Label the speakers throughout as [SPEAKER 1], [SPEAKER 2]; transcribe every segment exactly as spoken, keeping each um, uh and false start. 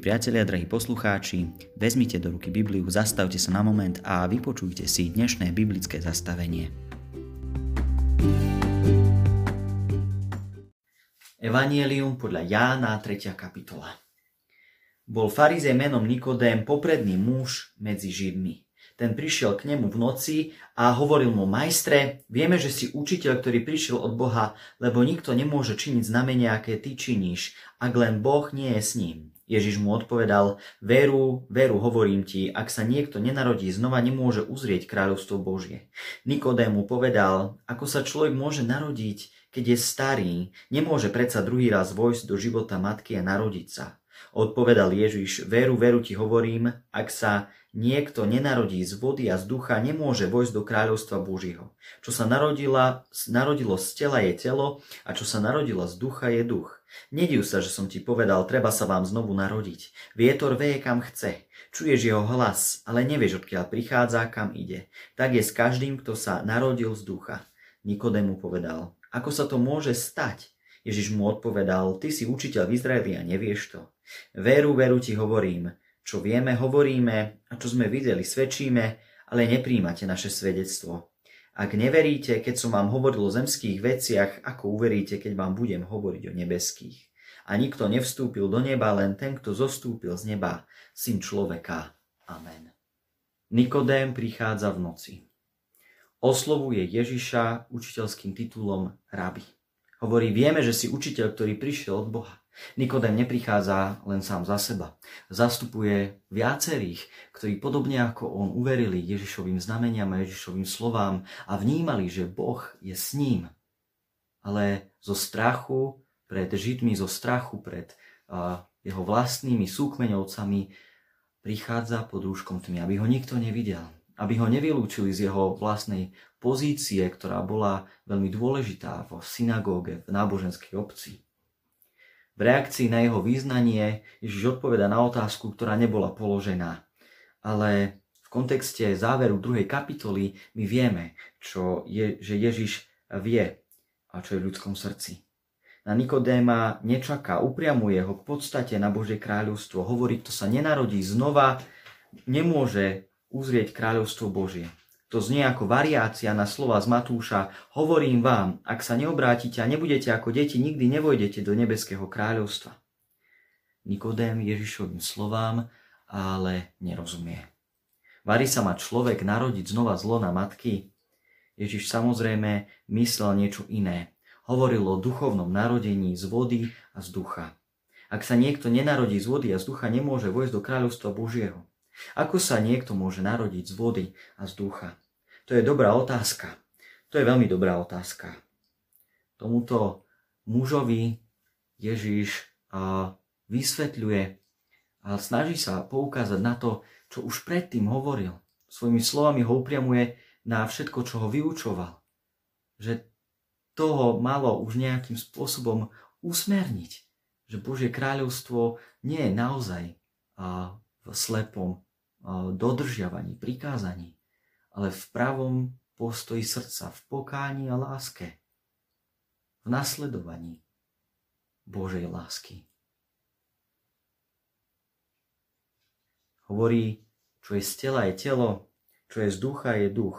[SPEAKER 1] priatelia, drahí poslucháči, vezmite do ruky Bibliu, zastavte sa na moment a vypočujte si dnešné biblické zastavenie. Evanjelium podľa Jána, tretia kapitola. Bol farizej menom Nikodém, popredný muž medzi Židmi. Ten prišiel k nemu v noci a hovoril mu: Majstre, vieme, že si učiteľ, ktorý prišiel od Boha, lebo nikto nemôže činiť znamenia, aké ty činíš, ak len Boh nie je s ním. Ježiš mu odpovedal: Veru, veru, hovorím ti, ak sa niekto nenarodí znova, nemôže uzrieť kráľovstvo Božie. Nikodém mu povedal: Ako sa človek môže narodiť, keď je starý? Nemôže predsa druhý raz vojsť do života matky a narodiť sa. Odpovedal Ježiš: Veru, veru ti hovorím, ak sa niekto nenarodí z vody a z ducha, nemôže vojsť do kráľovstva Božieho. Čo sa narodila, narodilo z tela je telo a čo sa narodilo z ducha je duch. Nediv sa, že som ti povedal, treba sa vám znovu narodiť. Vietor veje kam chce, čuješ jeho hlas, ale nevieš, odkiaľ prichádza, kam ide. Tak je s každým, kto sa narodil z ducha. Nikodém mu povedal: Ako sa to môže stať? Ježiš mu odpovedal: Ty si učiteľ v Izraeli a nevieš to. Veru, veru ti hovorím, čo vieme, hovoríme, a čo sme videli, svedčíme, ale nepríjmate naše svedectvo. Ak neveríte, keď som vám hovoril o zemských veciach, ako uveríte, keď vám budem hovoriť o nebeských? A nikto nevstúpil do neba, len ten, kto zostúpil z neba, Syn človeka. Amen. Nikodém prichádza v noci. Oslovuje Ježiša učiteľským titulom rabi. Hovorí: vieme, že si učiteľ, ktorý prišiel od Boha. Nikodém neprichádza len sám za seba. Zastupuje viacerých, ktorí podobne ako on uverili Ježišovým znameniam a Ježišovým slovám a vnímali, že Boh je s ním. Ale zo strachu pred Židmi, zo strachu pred uh, jeho vlastnými súkmeňovcami prichádza pod rúškom tmy, aby ho nikto nevidel. Aby ho nevylúčili z jeho vlastnej pozície, ktorá bola veľmi dôležitá v synagóge, v náboženskej obci. V reakcii na jeho význanie Ježiš odpoveda na otázku, ktorá nebola položená. Ale v kontexte záveru druhej kapitoly my vieme, čo je, že Ježiš vie a čo je v ľudskom srdci. Na Nikodéma nečaká, upriamuje ho k podstate na Božie kráľovstvo. Hovorí, kto sa nenarodí znova, nemôže uzrieť kráľovstvo Božie. To znie ako variácia na slova z Matúša: Hovorím vám, ak sa neobrátite a nebudete ako deti, nikdy nevojdete do nebeského kráľovstva. Nikodém Ježišovým slovám ale nerozumie. Varí sa má človek narodiť znova z lona matky? Ježiš samozrejme myslel niečo iné. Hovoril o duchovnom narodení z vody a z ducha. Ak sa niekto nenarodí z vody a z ducha, nemôže vojsť do kráľovstva Božieho. Ako sa niekto môže narodiť z vody a z ducha? To je dobrá otázka. To je veľmi dobrá otázka. Tomuto mužovi Ježiš vysvetľuje a snaží sa poukázať na to, čo už predtým hovoril. Svojimi slovami ho upriamuje na všetko, čo ho vyučoval. Že toho malo už nejakým spôsobom usmerniť. Že Božie kráľovstvo nie je naozaj v slepom dodržiavaní, prikázaní, ale v pravom postoji srdca, v pokáni a láske, v nasledovaní Božej lásky. Hovorí, čo je z tela je telo, čo je z ducha je duch.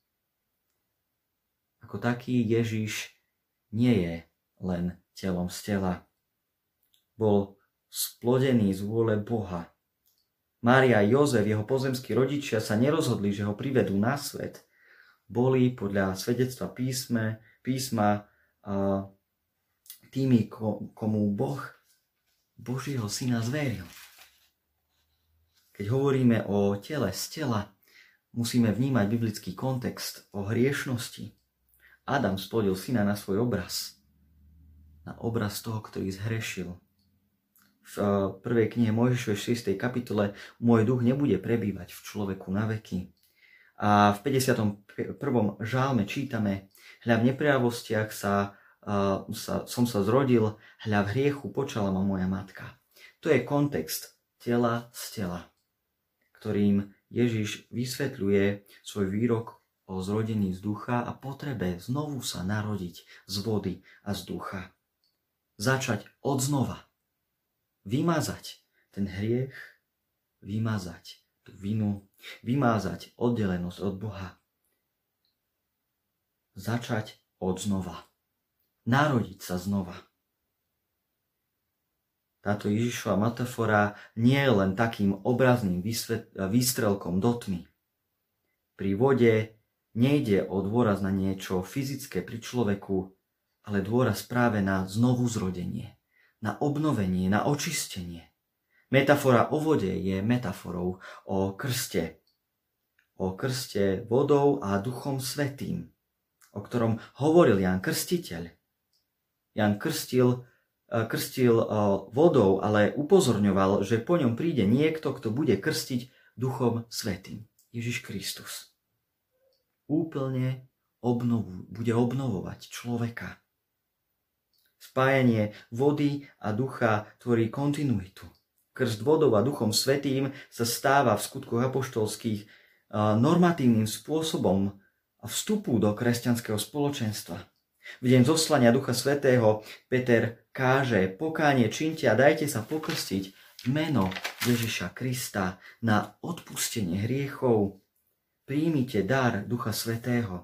[SPEAKER 1] Ako taký Ježiš nie je len telom z tela. Bol splodený z vôle Boha. Mária a Jozef, jeho pozemskí rodičia, sa nerozhodli, že ho privedú na svet. Boli podľa svedectva písme, písma a tými, komu Boh Božieho syna zveril. Keď hovoríme o tele z tela, musíme vnímať biblický kontext o hriešnosti. Adam splodil syna na svoj obraz. Na obraz toho, ktorý zhrešil. V prvej knihe Mojžišovej šiestej kapitole: Môj duch nebude prebývať v človeku na veky. A v päťdesiatom prvom žálme čítame: Hľa v nepravostiach sa, uh, sa, som sa zrodil, hľa v hriechu počala ma moja matka. To je kontext tela z tela, ktorým Ježiš vysvetľuje svoj výrok o zrodení z ducha a potrebe znovu sa narodiť z vody a z ducha. Začať od znova. Vymazať ten hriech, vymazať tú vinu, vymázať oddelenosť od Boha. Začať od znova. Narodiť sa znova. Táto Ježišova metafora nie je len takým obrazným výstrelkom do tmy. Pri vode nejde o dôraz na niečo fyzické pri človeku, ale dôraz práve na znovuzrodenie, na obnovenie, na očistenie. Metafora o vode je metaforou o krste. O krste vodou a Duchom Svätým, o ktorom hovoril Ján Krstiteľ. Ján krstil, krstil vodou, ale upozorňoval, že po ňom príde niekto, kto bude krstiť Duchom Svätým. Ježiš Kristus. Úplne obnovu, bude obnovovať človeka. Spájanie vody a ducha tvorí kontinuitu. Krst vodou a Duchom Svätým sa stáva v skutkoch apoštolských normatívnym spôsobom vstupu do kresťanského spoločenstva. V deň zoslania Ducha Svätého Peter káže: pokánie činte a dajte sa pokrstiť v meno Ježiša Krista na odpustenie hriechov. Príjmite dar Ducha Svätého.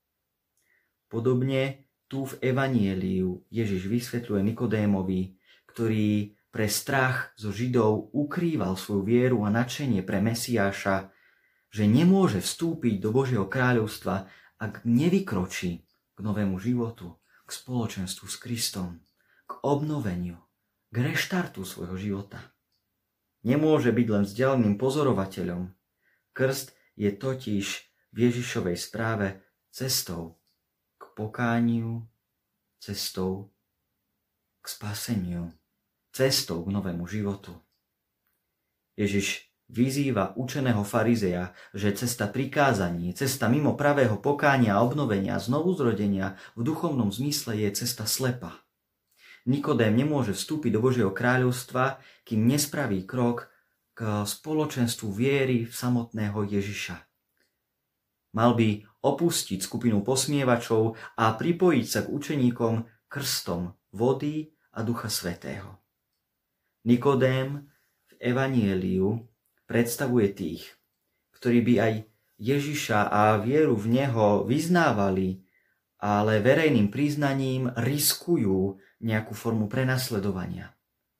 [SPEAKER 1] Podobne tu v Evanieliu Ježiš vysvetľuje Nikodémovi, ktorý pre strach zo Židov ukrýval svoju vieru a nadšenie pre Mesiáša, že nemôže vstúpiť do Božieho kráľovstva, ak nevykročí k novému životu, k spoločenstvu s Kristom, k obnoveniu, k reštartu svojho života. Nemôže byť len vzdialeným pozorovateľom. Krst je totiž v Ježišovej správe cestou k pokániu, cestou k spaseniu, cestou k novému životu. Ježiš vyzýva učeného farizeja, že cesta prikázaní, cesta mimo pravého pokánia a obnovenia, znovuzrodenia v duchovnom zmysle je cesta slepa. Nikodém nemôže vstúpiť do Božieho kráľovstva, kým nespraví krok k spoločenstvu viery v samotného Ježiša. Mal by opustiť skupinu posmievačov a pripojiť sa k učeníkom krstom vody a Ducha Svätého. Nikodém v Evanieliu predstavuje tých, ktorí by aj Ježiša a vieru v Neho vyznávali, ale verejným priznaním riskujú nejakú formu prenasledovania.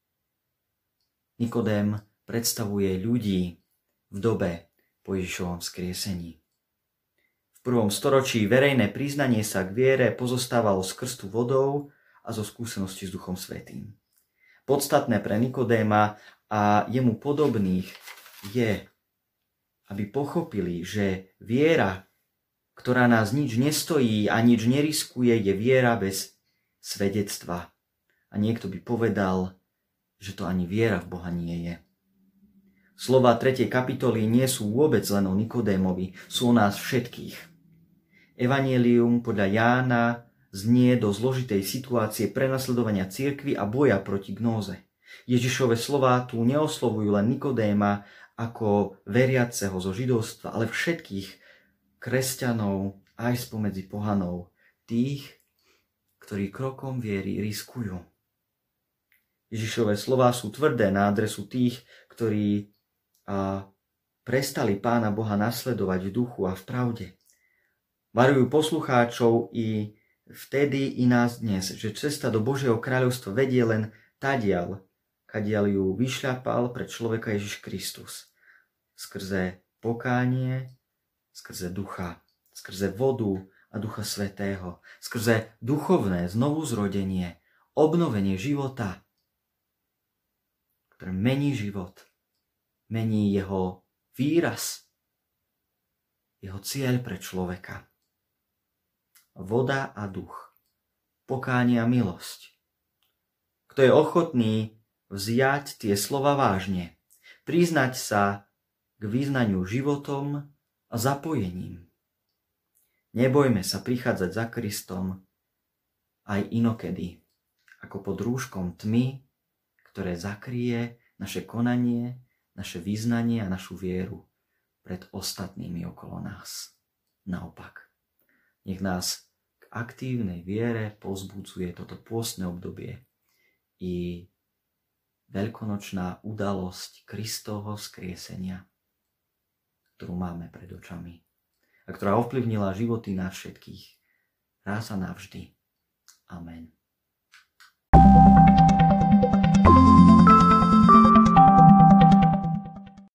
[SPEAKER 1] Nikodém predstavuje ľudí v dobe po Ježišovom vzkriesení. V prvom storočí verejné priznanie sa k viere pozostávalo z krstu vodou a zo skúsenosti s Duchom Svätým. Podstatné pre Nikodéma a jemu podobných je, aby pochopili, že viera, ktorá nás nič nestojí a nič neriskuje, je viera bez svedectva. A niekto by povedal, že to ani viera v Boha nie je. Slová tretej kapitoly nie sú vôbec len o Nikodémovi, sú o nás všetkých. Evangelium podľa Jána znie do zložitej situácie prenasledovania cirkvi a boja proti gnóze. Ježišove slová tu neoslovujú len Nikodéma ako veriaceho zo židovstva, ale všetkých kresťanov aj spomedzi pohanov, tých, ktorí krokom viery riskujú. Ježišove slová sú tvrdé na adresu tých, ktorí a, prestali Pána Boha nasledovať v duchu a v pravde. Varujú poslucháčov i vtedy i nás dnes, že cesta do Božieho kráľovstva vedie len tadiaľ, kadiaľ ju vyšľapal pre človeka Ježiš Kristus. Skrze pokánie, skrze ducha, skrze vodu a Ducha Svätého, skrze duchovné znovuzrodenie, obnovenie života, ktoré mení život, mení jeho výraz, jeho cieľ pre človeka. Voda a duch, pokánie a milosť. Kto je ochotný vziať tie slova vážne, priznať sa k vyznaniu životom a zapojením. Nebojme sa prichádzať za Kristom aj inokedy, ako pod rúškom tmy, ktoré zakryje naše konanie, naše vyznanie a našu vieru pred ostatnými okolo nás. Naopak, nech nás k aktívnej viere povzbudzuje toto pôstne obdobie i veľkonočná udalosť Kristovho vzkriesenia, ktorú máme pred očami a ktorá ovplyvnila životy nás všetkých raz a navždy. Amen.